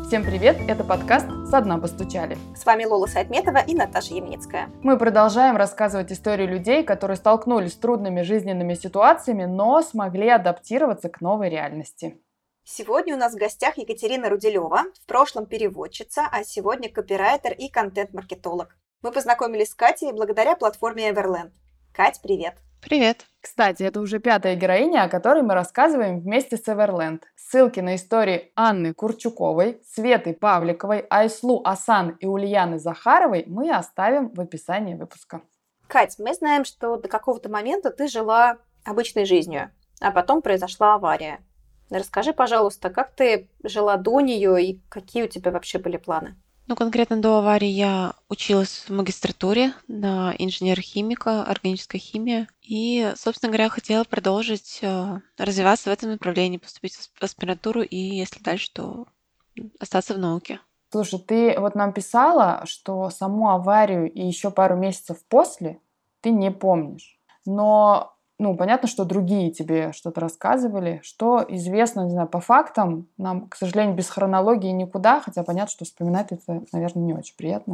Всем привет, это подкаст «Со дна постучали». С вами Лола Сайтметова и Наташа Ямницкая. Мы продолжаем рассказывать истории людей, которые столкнулись с трудными жизненными ситуациями, но смогли адаптироваться к новой реальности. Сегодня у нас в гостях Екатерина Руделева, в прошлом переводчица, а сегодня копирайтер и контент-маркетолог. Мы познакомились с Катей благодаря платформе Everland. Кать, привет! Привет! Кстати, это уже 5-я героиня, о которой мы рассказываем вместе с Everland. Ссылки на истории Анны Курчуковой, Светы Павликовой, Айслу Асан и Ульяны Захаровой мы оставим в описании выпуска. Кать, мы знаем, что до какого-то момента ты жила обычной жизнью, а потом произошла авария. Расскажи, пожалуйста, как ты жила до нее и какие у тебя вообще были планы? Конкретно до аварии я училась в магистратуре на инженер-химика, органическая химия. И, собственно говоря, хотела продолжить развиваться в этом направлении, поступить в аспирантуру и, если дальше, то остаться в науке. Слушай, ты вот нам писала, что саму аварию и еще пару месяцев после ты не помнишь. Но понятно, что другие тебе что-то рассказывали, что известно, не знаю, по фактам. Нам, к сожалению, без хронологии никуда, хотя понятно, что вспоминать это, наверное, не очень приятно.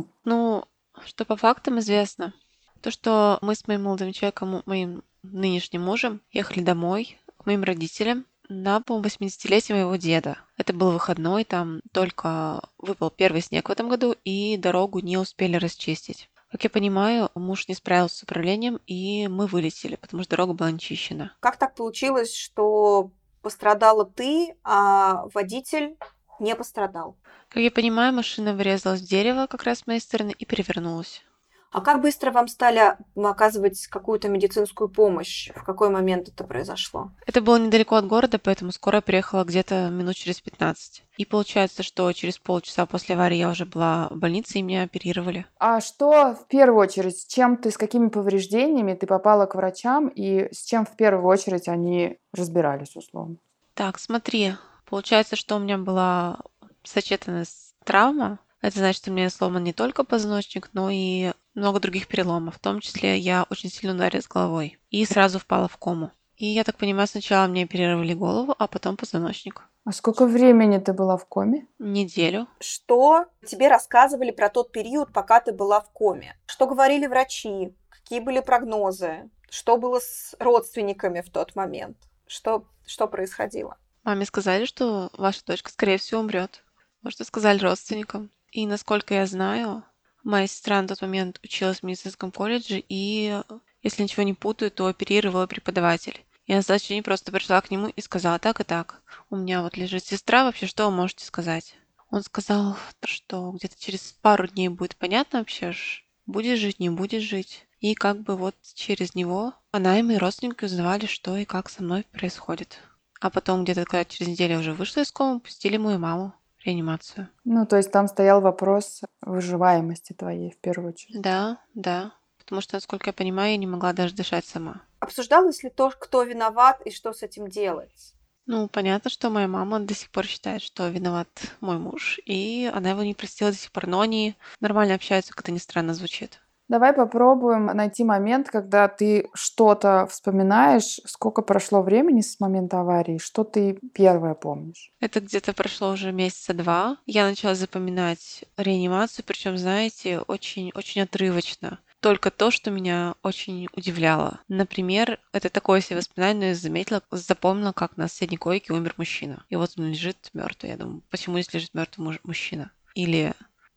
Что по фактам известно. То, что мы с моим молодым человеком, моим нынешним мужем, ехали домой к моим родителям на, по-моему, 80-летие моего деда. Это был выходной, там только выпал первый снег в этом году, и дорогу не успели расчистить. Как я понимаю, муж не справился с управлением, и мы вылетели, потому что дорога была не чищена. Как так получилось, что пострадала ты, а водитель не пострадал? Как я понимаю, машина врезалась в дерево как раз с моей стороны и перевернулась. А как быстро вам стали оказывать какую-то медицинскую помощь? В какой момент это произошло? Это было недалеко от города, поэтому скорая приехала где-то минут через 15. И получается, что через полчаса после аварии я уже была в больнице, и меня оперировали. А что в первую очередь, с какими повреждениями ты попала к врачам, и с чем в первую очередь они разбирались, условно? Так, смотри, получается, что у меня была сочетанная травма. Это значит, что у меня сломан не только позвоночник, но и много других переломов. В том числе я очень сильно ударилась головой и сразу впала в кому. И я так понимаю, сначала мне оперировали голову, а потом позвоночник. А сколько времени ты была в коме? Неделю. Что тебе рассказывали про тот период, пока ты была в коме? Что говорили врачи? Какие были прогнозы? Что было с родственниками в тот момент? Что происходило? Маме сказали, что ваша дочка, скорее всего, умрет. Вот что сказали родственникам. И насколько я знаю, моя сестра на тот момент училась в медицинском колледже, и, если ничего не путаю, то оперировала преподаватель. Я на следующий день просто пришла к нему и сказала: так и так. У меня вот лежит сестра, вообще что вы можете сказать? Он сказал, что где-то через пару дней будет понятно вообще, будет жить, не будет жить. И как бы вот через него она и мои родственники узнавали, что и как со мной происходит. А потом где-то когда через неделю я уже вышла из комы, пустили мою маму в реанимацию. То есть там стоял вопрос выживаемости твоей в первую очередь. Да. Потому что, насколько я понимаю, я не могла даже дышать сама. Обсуждалось ли то, кто виноват и что с этим делать? Понятно, что моя мама до сих пор считает, что виноват мой муж, и она его не простила до сих пор, но они нормально общаются, как это ни странно звучит. Давай попробуем найти момент, когда ты что-то вспоминаешь, сколько прошло времени с момента аварии, что ты первое помнишь. Это где-то прошло уже месяца 2. Я начала запоминать реанимацию, причем, знаете, очень отрывочно. Только то, что меня очень удивляло. Например, это такое себе воспоминание, но я запомнила, как на соседней койке умер мужчина. И вот он лежит мертвый. Я думаю, почему здесь лежит мертвый мужчина? Или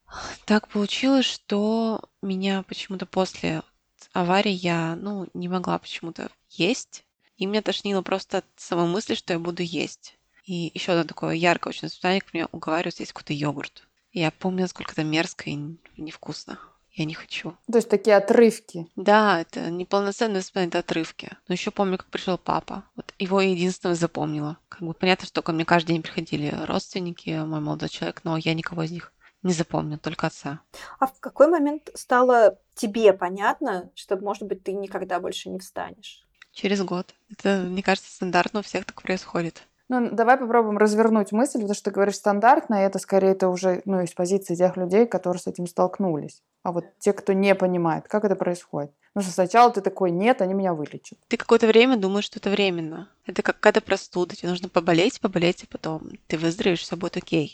так получилось, что меня почему-то после аварии я, не могла почему-то есть. И меня тошнило просто от самой мысли, что я буду есть. И еще одно такое яркое очень воспоминание, как меня уговаривают съесть какой-то йогурт. И я помню, насколько это мерзко и невкусно. Я не хочу. То есть такие отрывки. Да, это неполноценные воспоминания, это отрывки. Но еще помню, как пришел папа. Вот его я единственного запомнила. Как бы понятно, что ко мне каждый день приходили родственники, мой молодой человек, но я никого из них не запомню, только отца. А в какой момент стало тебе понятно, что, может быть, ты никогда больше не встанешь? Через год. Это, мне кажется, стандартно у всех так происходит. Давай попробуем развернуть мысль, потому что ты говоришь стандартно, и это скорее уже из позиции тех людей, которые с этим столкнулись. А вот те, кто не понимает, как это происходит. Потому что сначала ты такой: нет, они меня вылечат. Ты какое-то время думаешь, что это временно. Это как какая-то простуда. Тебе нужно поболеть, а потом ты выздоровеешь, все будет окей.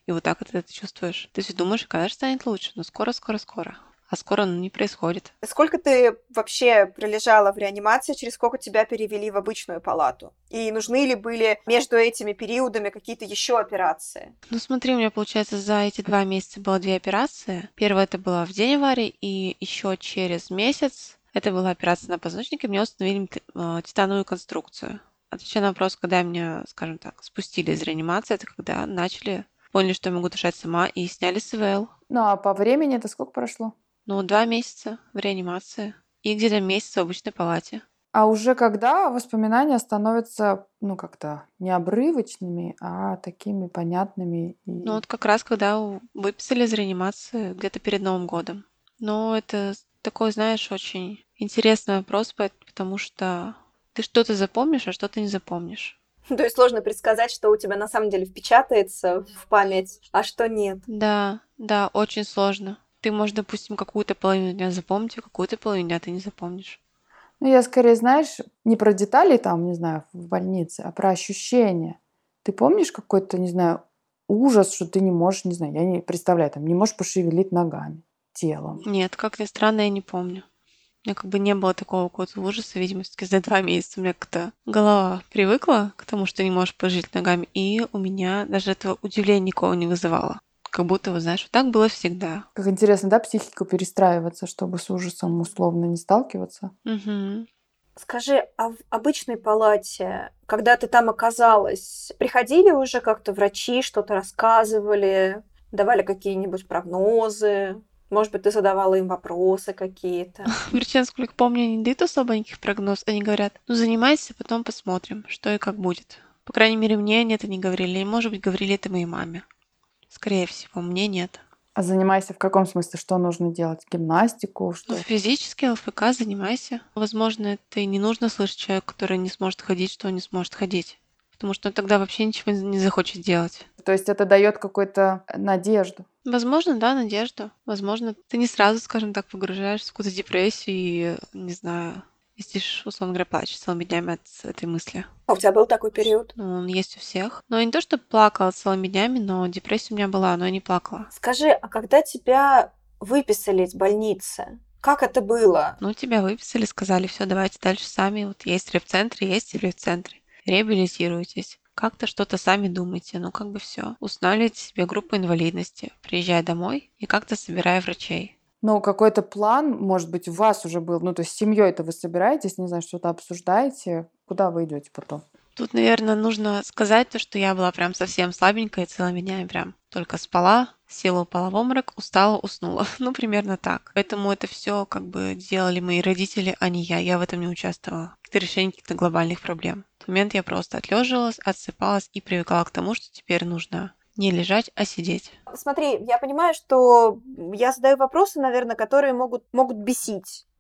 И вот так вот это чувствуешь. Ты все думаешь, когда же станет лучше? Ну, скоро, скоро, скоро. А скоро не происходит. Сколько ты вообще пролежала в реанимации, через сколько тебя перевели в обычную палату? И нужны ли были между этими периодами какие-то еще операции? Ну, смотри, у меня, получается, за эти 2 месяца было 2 операции. Первая это была в день аварии, и еще через месяц это была операция на позвоночнике, мне установили титановую конструкцию. Отвечая на вопрос, когда меня, скажем так, спустили из реанимации, это когда начали, поняли, что я могу дышать сама, и сняли с ИВЛ. Ну, а по времени это сколько прошло? Ну, 2 месяца в реанимации и где-то месяц в обычной палате. А уже когда воспоминания становятся, ну, как-то не обрывочными, а такими понятными Ну, и... вот как раз когда выписали из реанимации где-то перед Новым годом. Но это такой, знаешь, очень интересный вопрос, потому что ты что-то запомнишь, а что-то не запомнишь. То есть сложно предсказать, что у тебя на самом деле впечатается в память, а что нет. Да, да, очень сложно. Ты можешь, допустим, какую-то половину дня запомнить, а какую-то половину дня ты не запомнишь. Ну, я скорее, знаешь, не про детали там, не знаю, в больнице, а про ощущения. Ты помнишь какой-то, не знаю, ужас, что ты не можешь, не знаю, я не представляю, там, не можешь пошевелить ногами, телом? Нет, как ни странно, я не помню. У меня как бы не было такого какого-то ужаса, видимо, все-таки за 2 месяца у меня как-то голова привыкла к тому, что не можешь пожить ногами, и у меня даже этого удивления никого не вызывало. Как будто, вот знаешь, вот так было всегда. Как интересно, да, психику перестраиваться, чтобы с ужасом условно не сталкиваться? Угу. Скажи, а в обычной палате, когда ты там оказалась, приходили уже как-то врачи, что-то рассказывали, давали какие-нибудь прогнозы? Может быть, ты задавала им вопросы какие-то? Причем, насколько помню, они не дают особо никаких прогнозов. Они говорят, ну занимайся, потом посмотрим, что и как будет. По крайней мере, мне они это не говорили. И, может быть, говорили это моей маме. Скорее всего, мне нет. А занимайся в каком смысле? Что нужно делать? Гимнастику? Ну, Что? физически, ЛФК занимайся. Возможно, это и не нужно слышать человеку, который не сможет ходить, что он не сможет ходить. Потому что он тогда вообще ничего не захочет делать. То есть это дает какую-то надежду. Возможно, да, надежда. Возможно, ты не сразу, скажем так, погружаешься в какую-то депрессию и, не знаю, и сидишь, условно говоря, плачешь целыми днями от этой мысли. А у тебя был такой период? Ну, он есть у всех. Но не то, что плакала целыми днями, но депрессия у меня была, но я не плакала. Скажи, а когда тебя выписали из больницы, как это было? Ну, тебя выписали, сказали, все, давайте дальше сами. Вот есть реп-центры, есть и реп-центры. Реабилитируйтесь. Как-то что-то сами думайте. Ну, как бы все. Устанавливайте себе группу инвалидности. Приезжай домой и как-то собирай врачей. Ну, какой-то план, может быть, у вас уже был. Ну, то есть с семьей-то вы собираетесь, не знаю, что-то обсуждаете. Куда вы идете потом? Тут, наверное, нужно сказать то, что я была прям совсем слабенькая, целыми днями прям только спала, села, упала в обморок, устала, уснула. Ну, примерно так. Поэтому это все как бы делали мои родители, а не я. Я в этом не участвовала. Каких-то решений каких-то глобальных проблем. В тот момент я просто отлеживалась, отсыпалась и привыкала к тому, что теперь нужно не лежать, а сидеть. Смотри, я понимаю, что я задаю вопросы, наверное, которые могут бесить. В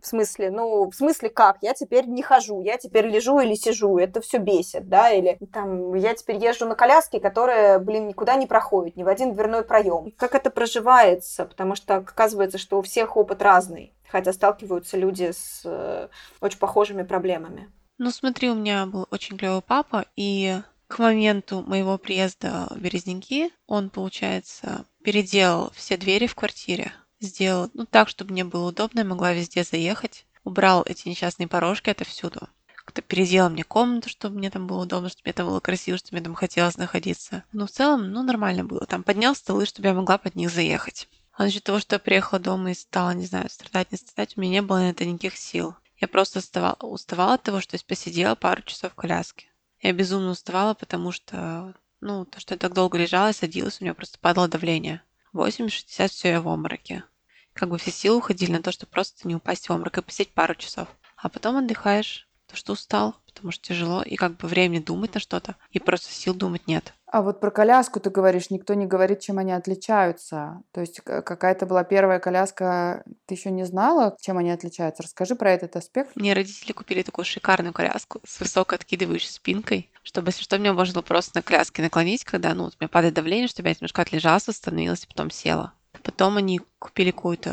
смысле как? Я теперь не хожу, я теперь лежу или сижу, это все бесит, да, или там я теперь езжу на коляске, которая, никуда не проходит, ни в один дверной проем. Как это проживается? Потому что оказывается, что у всех опыт разный, хотя сталкиваются люди с очень похожими проблемами. Ну, смотри, у меня был очень клевый папа, и к моменту моего приезда в Березники он, получается, переделал все двери в квартире. Сделал, ну, так, чтобы мне было удобно, я могла везде заехать. Убрал эти несчастные порожки отовсюду. Как-то переделал мне комнату, чтобы мне там было удобно, чтобы мне там было красиво, чтобы мне там хотелось находиться. Но в целом, ну, нормально было. Там поднял столы, чтобы я могла под них заехать. А насчет того, что я приехала дома и стала, не знаю, страдать, не страдать, у меня не было на это никаких сил. Я просто уставала от того, что я посидела пару часов в коляске. Я безумно уставала, потому что, ну, то, что я так долго лежала и садилась, у меня просто падало давление. 80-60, все, я в обмороке. Как бы все силы уходили на то, чтобы просто не упасть в обморок и посидеть пару часов. А потом отдыхаешь, то что устал, потому что тяжело, и как бы времени думать на что-то, и просто сил думать нет. А вот про коляску ты говоришь, никто не говорит, чем они отличаются. То есть какая-то была первая коляска, ты еще не знала, чем они отличаются? Расскажи про этот аспект. Мне родители купили такую шикарную коляску с высокой откидывающей спинкой, чтобы, если что, меня можно было просто на коляске наклонить, когда, ну, вот у меня падает давление, чтобы я немножко отлежалась, восстановилась и потом села. Потом они купили какую-то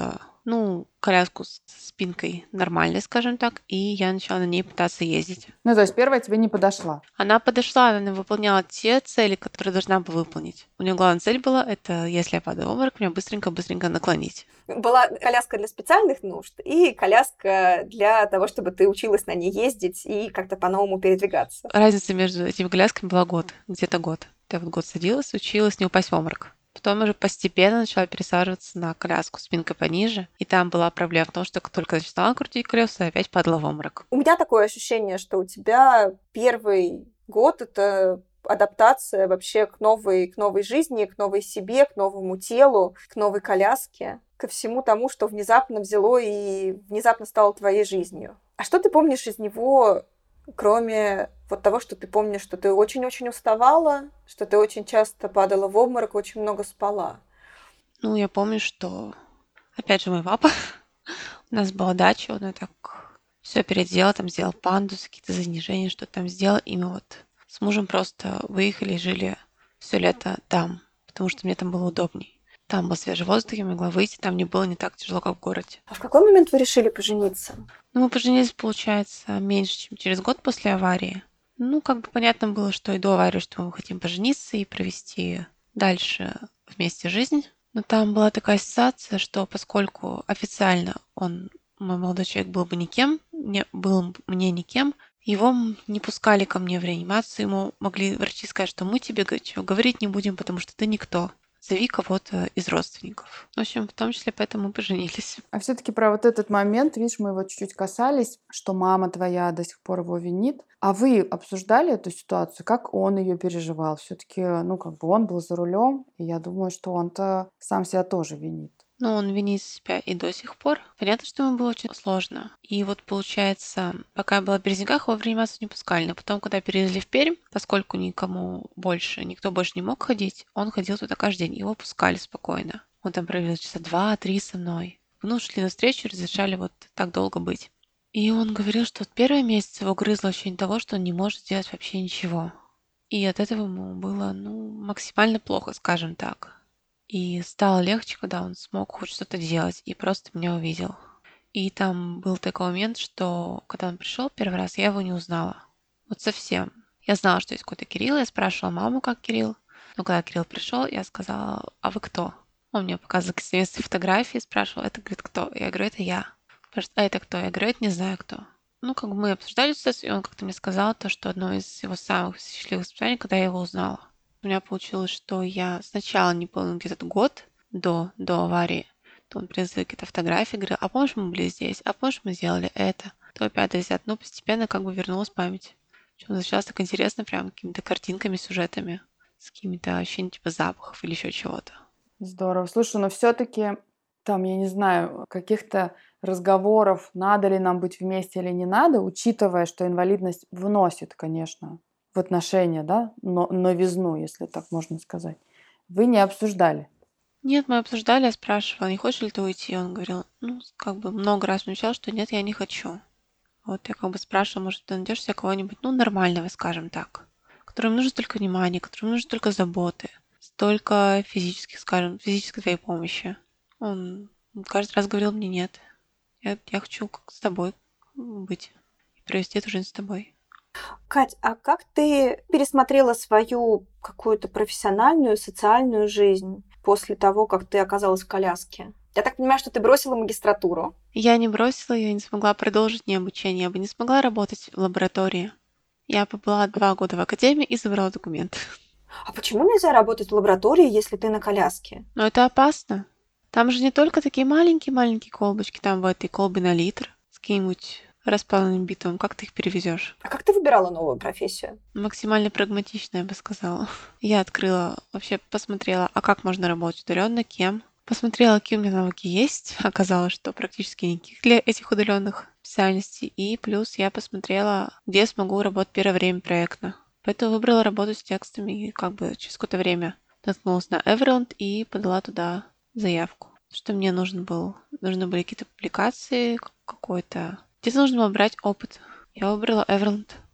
ну, коляску с спинкой нормальной, скажем так, и я начала на ней пытаться ездить. Ну, то есть первая тебе не подошла. Она подошла, она выполняла те цели, которые должна была выполнить. У нее главная цель была, это если я падаю в обморок, меня быстренько-быстренько наклонить. Была коляска для специальных нужд и коляска для того, чтобы ты училась на ней ездить и как-то по-новому передвигаться. Разница между этими колясками была год, где-то год. Я вот год садилась, училась не упасть в обморок. Потом уже постепенно начала пересаживаться на коляску спинкой пониже. И там была проблема в том, что как только начинала крутить колеса, опять падала в обморок. У меня такое ощущение, что у тебя первый год — это адаптация вообще к новой жизни, к новой себе, к новому телу, к новой коляске, ко всему тому, что внезапно взяло и внезапно стало твоей жизнью. А что ты помнишь из него, кроме вот того, что ты помнишь, что ты очень-очень уставала, что ты очень часто падала в обморок, очень много спала? Ну, я помню, что, опять же, мой папа, у нас была дача, он так все переделал, там сделал пандус, какие-то занижения, что там сделал. И мы вот с мужем просто выехали и жили все лето там, потому что мне там было удобней. Там был свежий воздух, я могла выйти, там не было не так тяжело, как в городе. А в какой момент вы решили пожениться? Ну, мы поженились, получается, меньше, чем через год после аварии. Ну, как бы понятно было, что и до аварии, что мы хотим пожениться и провести дальше вместе жизнь. Но там была такая ситуация, что поскольку официально мой молодой человек, был бы никем, не был мне никем, его не пускали ко мне в реанимацию, ему могли врачи сказать, что мы тебе говорить не будем, потому что ты никто. Зови кого-то из родственников. В общем, в том числе поэтому мы поженились. А все-таки про вот этот момент, видишь, мы его чуть-чуть касались, что мама твоя до сих пор его винит. А вы обсуждали эту ситуацию? Как он ее переживал? Все-таки, ну, как бы он был за рулем, и я думаю, что он-то сам себя тоже винит. Но он винит себя и до сих пор. Понятно, что ему было очень сложно. И вот получается, пока я была в Березниках, его в реанимацию не пускали. Но потом, когда перевезли в Пермь, поскольку никто больше не мог ходить, он ходил туда каждый день. Его пускали спокойно. Он там провел часа 2-3 со мной. Ну, шли навстречу, разрешали вот так долго быть. И он говорил, что первый месяц его грызло ощущение того, что он не может сделать вообще ничего. И от этого ему было, ну, максимально плохо, скажем так. И стало легче, когда он смог хоть что-то делать и просто меня увидел. И там был такой момент, что когда он пришел первый раз, я его не узнала. Вот совсем. Я знала, что есть какой-то Кирилл, я спрашивала маму, как Кирилл. Но когда Кирилл пришел, я сказала, а вы кто? Он мне показывал какие-то фотографии, спрашивал, это, говорит, кто? Я говорю, это я. Спрашивает, а это кто? Я говорю, это не знаю кто. Ну, как бы мы обсуждали ситуацию, и он как-то мне сказал то, что одно из его самых счастливых воспоминаний, когда я его узнала. У меня получилось, что я сначала не помню где-то год до аварии, то он прислал какие-то фотографии, говорил, а помнишь, мы были здесь, а помнишь, мы сделали это, то 5-10, ну, постепенно как бы вернулась память. Причем началось так интересно, прям какими-то картинками, сюжетами, с какими-то ощущениями типа запахов или еще чего-то. Здорово. Слушай, но все-таки там, я не знаю, каких-то разговоров, надо ли нам быть вместе или не надо, учитывая, что инвалидность вносит, конечно, в отношения, да, но новизну, если так можно сказать. Вы не обсуждали? Нет, мы обсуждали, я спрашивала, не хочешь ли ты уйти? Он говорил, ну, как бы много раз отвечал, что нет, я не хочу. Вот я как бы спрашивала, может, ты найдешь себе кого-нибудь, ну, нормального, скажем так, которому нужно столько внимания, которому нужно столько заботы, столько физических, скажем, физической твоей помощи. Он каждый раз говорил мне нет. Я хочу как с тобой быть и провести эту жизнь с тобой. Кать, а как ты пересмотрела свою какую-то профессиональную, социальную жизнь после того, как ты оказалась в коляске? Я так понимаю, что ты бросила магистратуру. Я не бросила ее, не смогла продолжить ни обучение, я бы не смогла работать в лаборатории. Я побыла 2 года в академии и забрала документ. А почему нельзя работать в лаборатории, если ты на коляске? Но это опасно. Там же не только такие маленькие-маленькие колбочки, там в этой колбе на литр с каким-нибудь расплавленным битумом. Как ты их перевезешь? А как ты выбирала новую профессию? Максимально прагматично, я бы сказала. Я открыла, вообще посмотрела, а как можно работать удаленно, кем. Посмотрела, какие у меня навыки есть. Оказалось, что практически никаких для этих удаленных специальностей. И плюс я посмотрела, где смогу работать первое время проектно. Поэтому выбрала работу с текстами и как бы через какое-то время наткнулась на Everland и подала туда заявку. Что мне нужны были какие-то публикации, какой-то... Где-то нужно было брать опыт. Я выбрала Everland.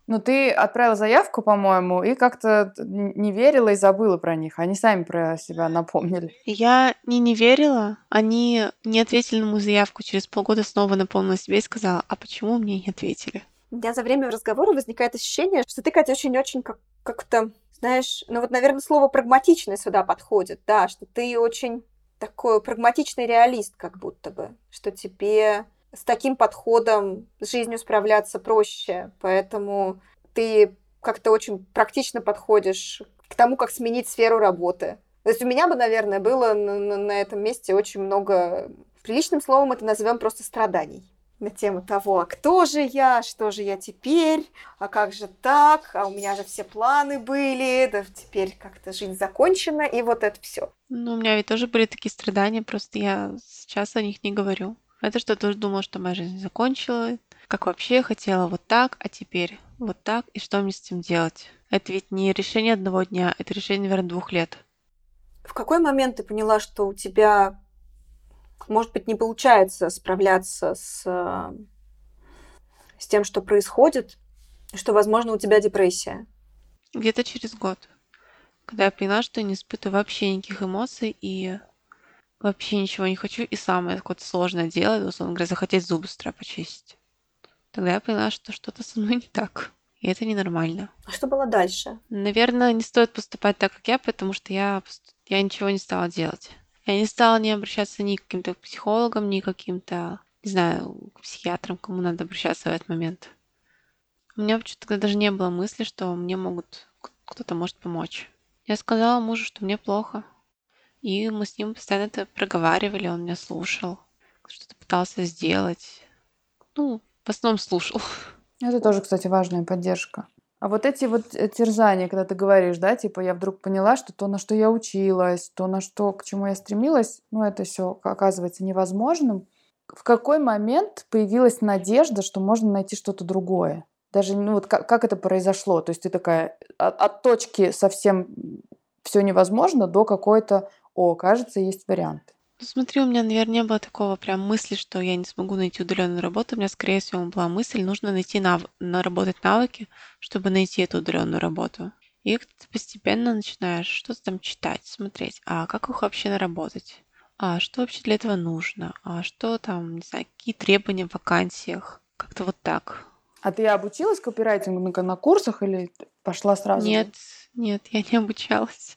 Ну, ты отправила заявку, по-моему, и как-то не верила и забыла про них. Они сами про себя напомнили. Я не верила, они не ответили на мою заявку. Через полгода снова напомнила себе и сказала, а почему мне не ответили? У меня за время разговора возникает ощущение, что ты, Катя, очень-очень как-то, знаешь, ну вот, наверное, слово «прагматичный» сюда подходит, да, что ты очень такой прагматичный реалист как будто бы, что тебе с таким подходом с жизнью справляться проще, поэтому ты как-то очень практично подходишь к тому, как сменить сферу работы. То есть у меня бы, наверное, было на этом месте очень много, приличным словом это назовем просто страданий на тему того, а кто же я, что же я теперь, а как же так, а у меня же все планы были, да теперь как-то жизнь закончена, и вот это все. Ну, у меня ведь тоже были такие страдания, просто я сейчас о них не говорю. Это что тоже думала, что моя жизнь закончилась, как вообще я хотела вот так, а теперь вот так, и что мне с этим делать? Это ведь не решение одного дня, это решение, наверное, 2 лет. В какой момент ты поняла, что у тебя, может быть, не получается справляться с тем, что происходит, что, возможно, у тебя депрессия? Где-то через год, когда я поняла, что я не испытываю вообще никаких эмоций и вообще ничего не хочу, и самое какое-то сложное дело, условно говоря, захотеть зубы с утра почистить. Тогда я поняла, что что-то со мной не так, и это ненормально. А что было дальше? Наверное, не стоит поступать так, как я, потому что я ничего не стала делать. Я не стала не обращаться ни к каким-то психологам, ни к каким-то, не знаю, к психиатрам, кому надо обращаться в этот момент. У меня почему-то тогда даже не было мысли, что мне кто-то может помочь. Я сказала мужу, что мне плохо. И мы с ним постоянно это проговаривали, он меня слушал, что-то пытался сделать. Ну, в основном слушал. Это тоже, кстати, важная поддержка. А вот эти вот терзания, когда ты говоришь, да, типа я вдруг поняла, что то, на что я училась, то, на что, к чему я стремилась, ну, это все оказывается невозможным. В какой момент появилась надежда, что можно найти что-то другое? Даже, ну, вот как это произошло? То есть ты такая от точки совсем все невозможно до какой-то, кажется, есть вариант. Ну, смотри, у меня, наверное, не было такого прям мысли, что я не смогу найти удаленную работу. У меня, скорее всего, была мысль, нужно найти наработать навыки, чтобы найти эту удаленную работу. И ты постепенно начинаешь что-то там читать, смотреть, а как их вообще наработать? А что вообще для этого нужно? А что там, не знаю, какие требования в вакансиях? Как-то вот так. А ты обучилась копирайтингу на курсах или пошла сразу же? Нет, я не обучалась.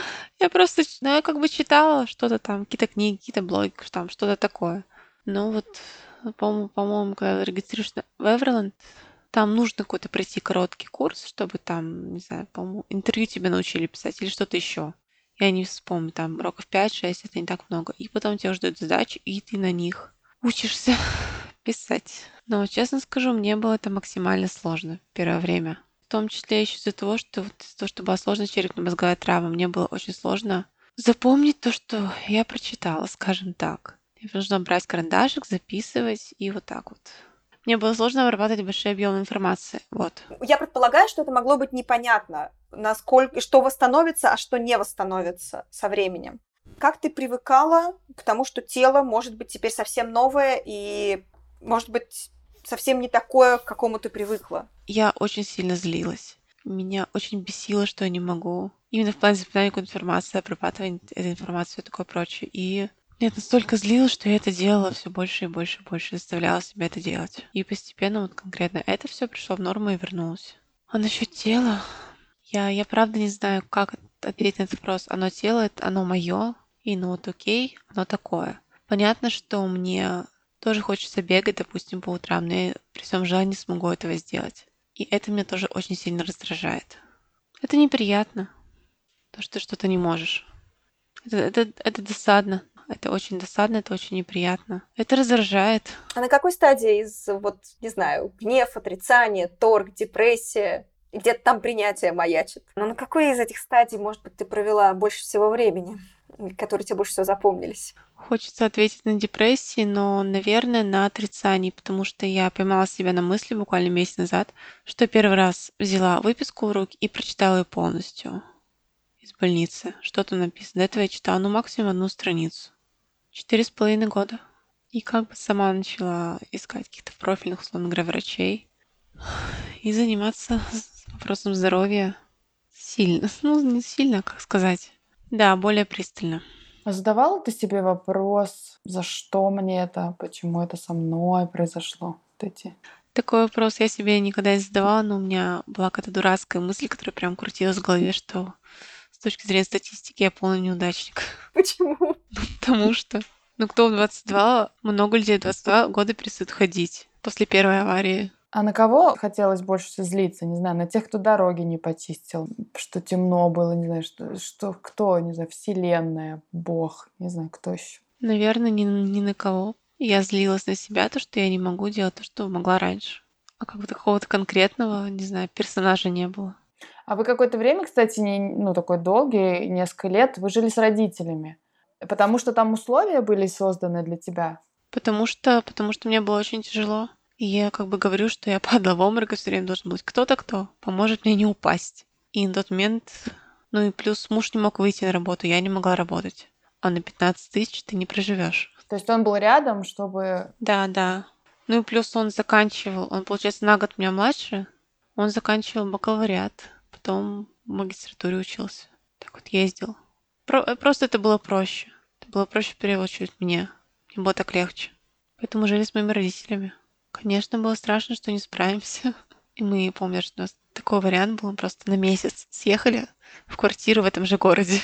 Я просто, ну, я как бы читала что-то там, какие-то книги, какие-то блоги, там что-то такое. Ну вот, по-моему, когда регистрируешься в Everland, там нужно какой-то пройти короткий курс, чтобы там, не знаю, по-моему, интервью тебе научили писать или что-то еще. Я не вспомню, там уроков 5-6, это не так много. И потом тебя ждут задачи, и ты на них учишься писать. Но, честно скажу, мне было это максимально сложно в первое время. В том числе еще из-за того, что была сложная черепно-мозговая травма, мне было очень сложно запомнить то, что я прочитала, скажем так. Я должна брать карандашик, записывать и вот так вот. Мне было сложно вырабатывать большие объемы информации. Вот. Я предполагаю, что это могло быть непонятно, насколько, что восстановится, а что не восстановится со временем. Как ты привыкала к тому, что тело может быть теперь совсем новое и, может быть, совсем не такое, к какому ты привыкла? Я очень сильно злилась. Меня очень бесило, что я не могу. Именно в плане запоминания какой-то информации, обрабатывания этой информации и такое прочее. И меня это настолько злило, что я это делала все больше и больше и больше, заставляла себя это делать. И постепенно вот конкретно это все пришло в норму и вернулось. А насчет тела, я правда не знаю, как ответить на этот вопрос. Оно тело, оно мое, и ну вот окей, оно такое. Понятно, что мне тоже хочется бегать, допустим, по утрам, но я при всем желании не смогу этого сделать. И это меня тоже очень сильно раздражает. Это неприятно, то, что ты что-то не можешь. Это досадно. Это очень досадно, это очень неприятно. Это раздражает. А на какой стадии из, вот, не знаю, гнев, отрицание, торг, депрессия, и где-то там принятие маячит? Но на какой из этих стадий, может быть, ты провела больше всего времени, которые тебе больше всего запомнились? Хочется ответить на депрессии, но, наверное, на отрицании, потому что я поймала себя на мысли буквально месяц назад, что первый раз взяла выписку в руки и прочитала ее полностью из больницы. Что там написано? До этого я читала, ну, максимум 1 страницу. 4,5 года. И как бы сама начала искать каких-то профильных, условно говоря, врачей. и заниматься вопросом здоровья сильно. Ну, не сильно, как сказать. Да, более пристально. А задавала ты себе вопрос, за что мне это, почему это со мной произошло? Вот эти. Такой вопрос я себе никогда не задавала, но у меня была какая-то дурацкая мысль, которая прям крутилась в голове, что с точки зрения статистики я полный неудачник. Почему? Потому что, кто в 22, много людей в 22 года перестают ходить после первой аварии. А на кого хотелось больше всего злиться? Не знаю, на тех, кто дороги не почистил, что темно было, не знаю, что кто, не знаю, Вселенная, Бог, не знаю, кто еще. Наверное, ни на кого. Я злилась на себя, то, что я не могу делать то, что могла раньше. А как бы какого-то конкретного, не знаю, персонажа не было. А вы какое-то время, кстати, такое долгие, несколько лет, вы жили с родителями, потому что там условия были созданы для тебя? Потому что мне было очень тяжело. И я как бы говорю, что я падала в обморок, и все время должен быть кто-то, кто поможет мне не упасть. И на тот момент, и плюс муж не мог выйти на работу, я не могла работать. А на 15 тысяч ты не проживешь. То есть он был рядом, чтобы... Да. И плюс он, получается, на год меня младше, он заканчивал бакалавриат, потом в магистратуре учился. Так вот ездил. Просто это было проще. Это было проще в первую очередь мне. Мне было так легче. Поэтому жили с моими родителями. Конечно, было страшно, что не справимся. И мы, помню, что у нас такой вариант был, мы просто на месяц съехали в квартиру в этом же городе,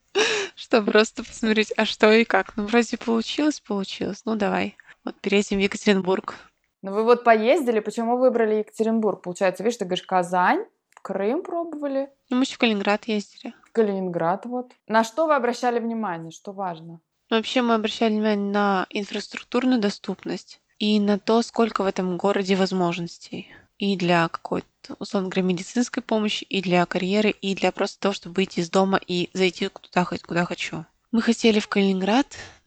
чтобы просто посмотреть, а что и как. Вроде получилось. Ну, давай. Вот переедем в Екатеринбург. Ну вы вот поездили, почему выбрали Екатеринбург? Получается, видишь, ты говоришь, Казань, в Крым пробовали. Мы еще в Калининград ездили. В Калининград вот. На что вы обращали внимание, что важно? Вообще мы обращали внимание на инфраструктурную доступность и на то, сколько в этом городе возможностей. И для какой-то, условно говоря, медицинской помощи, и для карьеры, и для просто того, чтобы выйти из дома и зайти туда, куда хочу. Мы хотели в Калининград,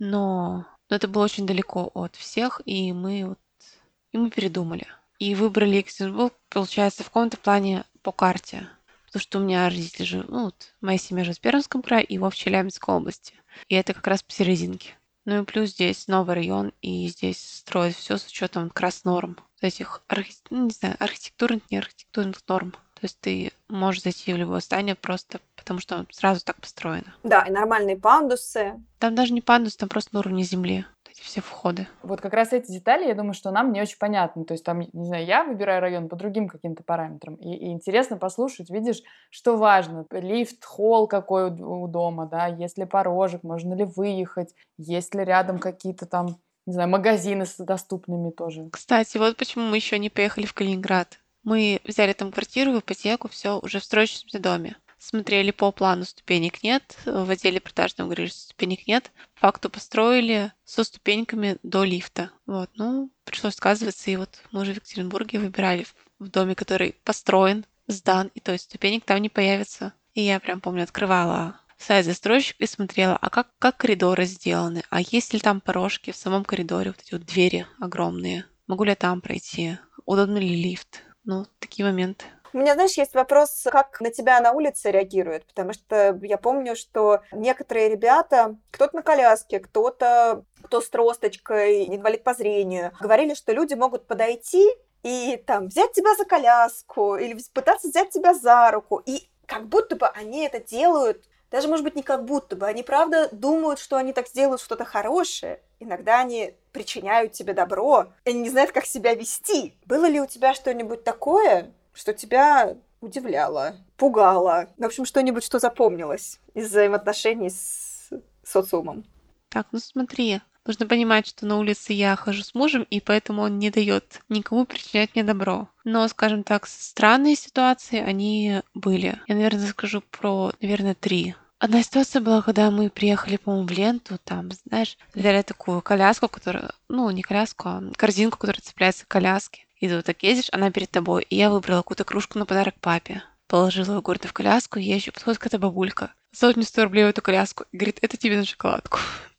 но это было очень далеко от всех, и мы передумали. И выбрали Екатеринбург, получается, в каком-то плане по карте. Потому что у меня родители живут, моя семья живет в Пермском крае и в Челябинской области. И это как раз посерединке. И плюс здесь новый район, и здесь строят все с учетом как раз норм. Этих, архитектурных, не архитектурных норм. То есть ты можешь зайти в любое здание просто потому, что сразу так построено. Да, и нормальные пандусы. Там даже не пандус, там просто на уровне земли. Эти все входы. Вот как раз эти детали, я думаю, что нам не очень понятны. То есть там, не знаю, я выбираю район по другим каким-то параметрам. И интересно послушать, видишь, что важно. Лифт, холл какой у дома, да, есть ли порожек, можно ли выехать, есть ли рядом какие-то там, не знаю, магазины с доступными тоже. Кстати, вот почему мы еще не поехали в Калининград. Мы взяли там квартиру в ипотеку, все уже в строящемся доме. Смотрели по плану, ступенек нет. В отделе продажном говорили, что ступенек нет. По факту построили со ступеньками до лифта. Пришлось отказываться. И вот мы уже в Екатеринбурге выбирали в доме, который построен, сдан, и то есть ступенек там не появится. И я прям помню, открывала сайт застройщика и смотрела, а как коридоры сделаны, а есть ли там порожки в самом коридоре, вот эти вот двери огромные. Могу ли я там пройти? Удобно ли лифт? Такие моменты. У меня, знаешь, есть вопрос, как на тебя на улице реагируют, потому что я помню, что некоторые ребята, кто-то на коляске, кто-то кто с тросточкой, инвалид по зрению, говорили, что люди могут подойти и там взять тебя за коляску или пытаться взять тебя за руку, и как будто бы они это делают, даже, может быть, не как будто бы, они правда думают, что они так сделают что-то хорошее. Иногда они причиняют тебе добро, и они не знают, как себя вести. Было ли у тебя что-нибудь такое, что тебя удивляло, пугало? В общем, что-нибудь, что запомнилось из взаимоотношений с социумом? Так, смотри. Нужно понимать, что на улице я хожу с мужем, и поэтому он не дает никому причинять мне добро. Но, скажем так, странные ситуации, они были. Я, наверное, скажу про, 3. Одна ситуация была, когда мы приехали, по-моему, в Ленту, там, знаешь, взяли такую коляску, которая, не коляску, а корзинку, которая цепляется к коляске. И ты вот так ездишь, она перед тобой. И я выбрала какую-то кружку на подарок папе. Положила ее гордо в коляску, и езжу, подходит какая-то бабулька. 100 рублей в эту коляску. И говорит, это тебе на шоколадку.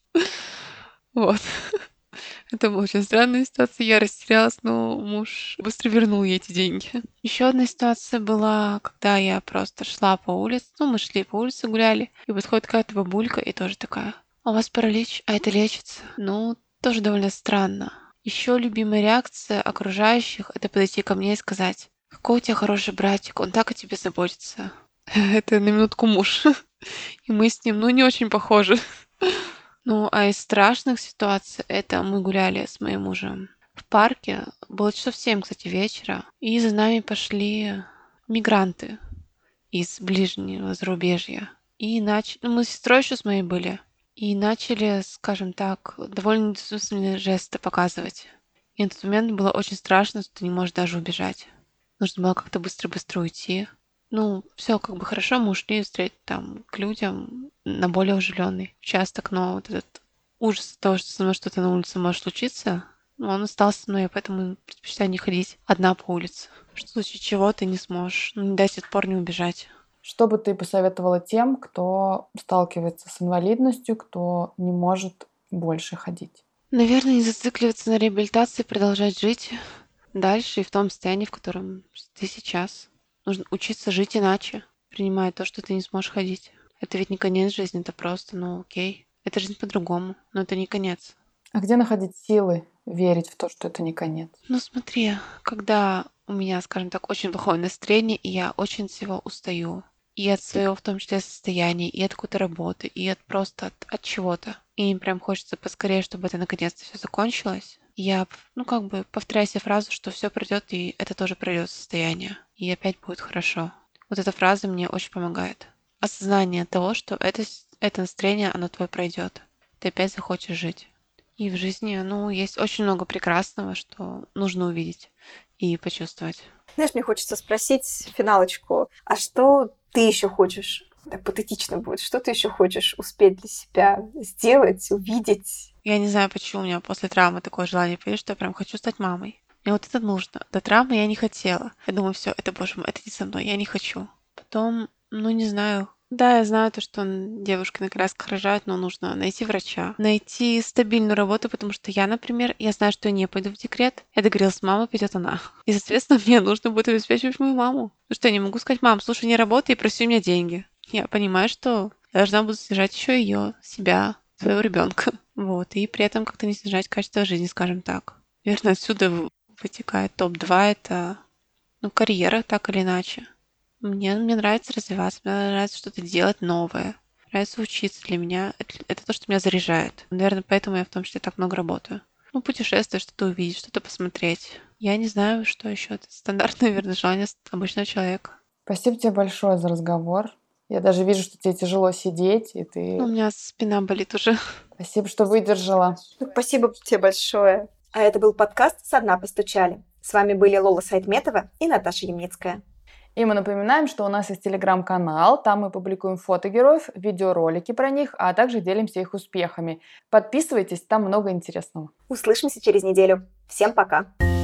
Вот. Это была очень странная ситуация. Я растерялась, но муж быстро вернул ей эти деньги. Еще одна ситуация была, когда я просто шла по улице. Мы шли по улице, гуляли. И подходит какая-то бабулька и тоже такая: а у вас паралич? А это лечится? Тоже довольно странно. Еще любимая реакция окружающих — это подойти ко мне и сказать: какой у тебя хороший братик, он так о тебе заботится. Это на минутку муж. И мы с ним, не очень похожи. Ну, а из страшных ситуаций это мы гуляли с моим мужем в парке. Было часов 7, кстати, вечера. И за нами пошли мигранты из ближнего зарубежья. И мы с сестрой еще с моей были. И начали, скажем так, довольно недвусмысленные жесты показывать. И на тот момент было очень страшно, что ты не можешь даже убежать. Нужно было как-то быстро-быстро уйти. Все как бы хорошо, мы ушли встретить там к людям на более оживленный участок, но вот этот ужас того, что со мной что-то на улице может случиться, он остался со мной, я поэтому предпочитаю не ходить одна по улице. Что в случае чего ты не сможешь, не до сих пор не убежать. Что бы ты посоветовала тем, кто сталкивается с инвалидностью, кто не может больше ходить? Наверное, не зацикливаться на реабилитации, продолжать жить дальше и в том состоянии, в котором ты сейчас. Нужно учиться жить иначе, принимая то, что ты не сможешь ходить. Это ведь не конец жизни, это просто, окей. Это жизнь по-другому, но это не конец. А где находить силы верить в то, что это не конец? Смотри, когда у меня, скажем так, очень плохое настроение, и я очень от всего устаю, и от своего, в том числе, состояния, и от какой-то работы, и от чего-то. И им прям хочется поскорее, чтобы это наконец-то все закончилось. Я, повторяю себе фразу, что все пройдет, и это тоже пройдет состояние. И опять будет хорошо. Вот эта фраза мне очень помогает. Осознание того, что это настроение, оно твое пройдет. Ты опять захочешь жить. И в жизни, есть очень много прекрасного, что нужно увидеть и почувствовать. Знаешь, мне хочется спросить финалочку, а что ты еще хочешь? Так патетично будет. Что ты еще хочешь успеть для себя сделать, увидеть? Я не знаю, почему у меня после травмы такое желание появилось, что я прям хочу стать мамой. Мне вот это нужно. До травмы я не хотела. Я думаю, все, это, боже мой, это не со мной, я не хочу. Потом, не знаю. Да, я знаю то, что девушки на колясках рожают, но нужно найти врача, найти стабильную работу, потому что я, например, я знаю, что я не пойду в декрет. Я договорилась с мамой, пойдет она. И, соответственно, мне нужно будет обеспечивать мою маму. Потому что я не могу сказать: мам, слушай, не работай и проси у меня деньги. Я понимаю, что я должна буду содержать еще ее, себя, своего ребенка. Вот. И при этом как-то не снижать качество жизни, скажем так. Наверное, отсюда вытекает топ-2 это карьера, так или иначе. Мне нравится развиваться, мне нравится что-то делать новое. Нравится учиться. Для меня это то, что меня заряжает. Наверное, поэтому я в том числе так много работаю. Путешествовать, что-то увидеть, что-то посмотреть. Я не знаю, что еще. Это стандартное, наверное, желание обычного человека. Спасибо тебе большое за разговор. Я даже вижу, что тебе тяжело сидеть, и ты... У меня спина болит уже. Спасибо, что выдержала. Спасибо тебе большое. А это был подкаст «Со дна постучали». С вами были Лола Сайтметова и Наташа Ямницкая. И мы напоминаем, что у нас есть телеграм-канал, там мы публикуем фото героев, видеоролики про них, а также делимся их успехами. Подписывайтесь, там много интересного. Услышимся через неделю. Всем пока!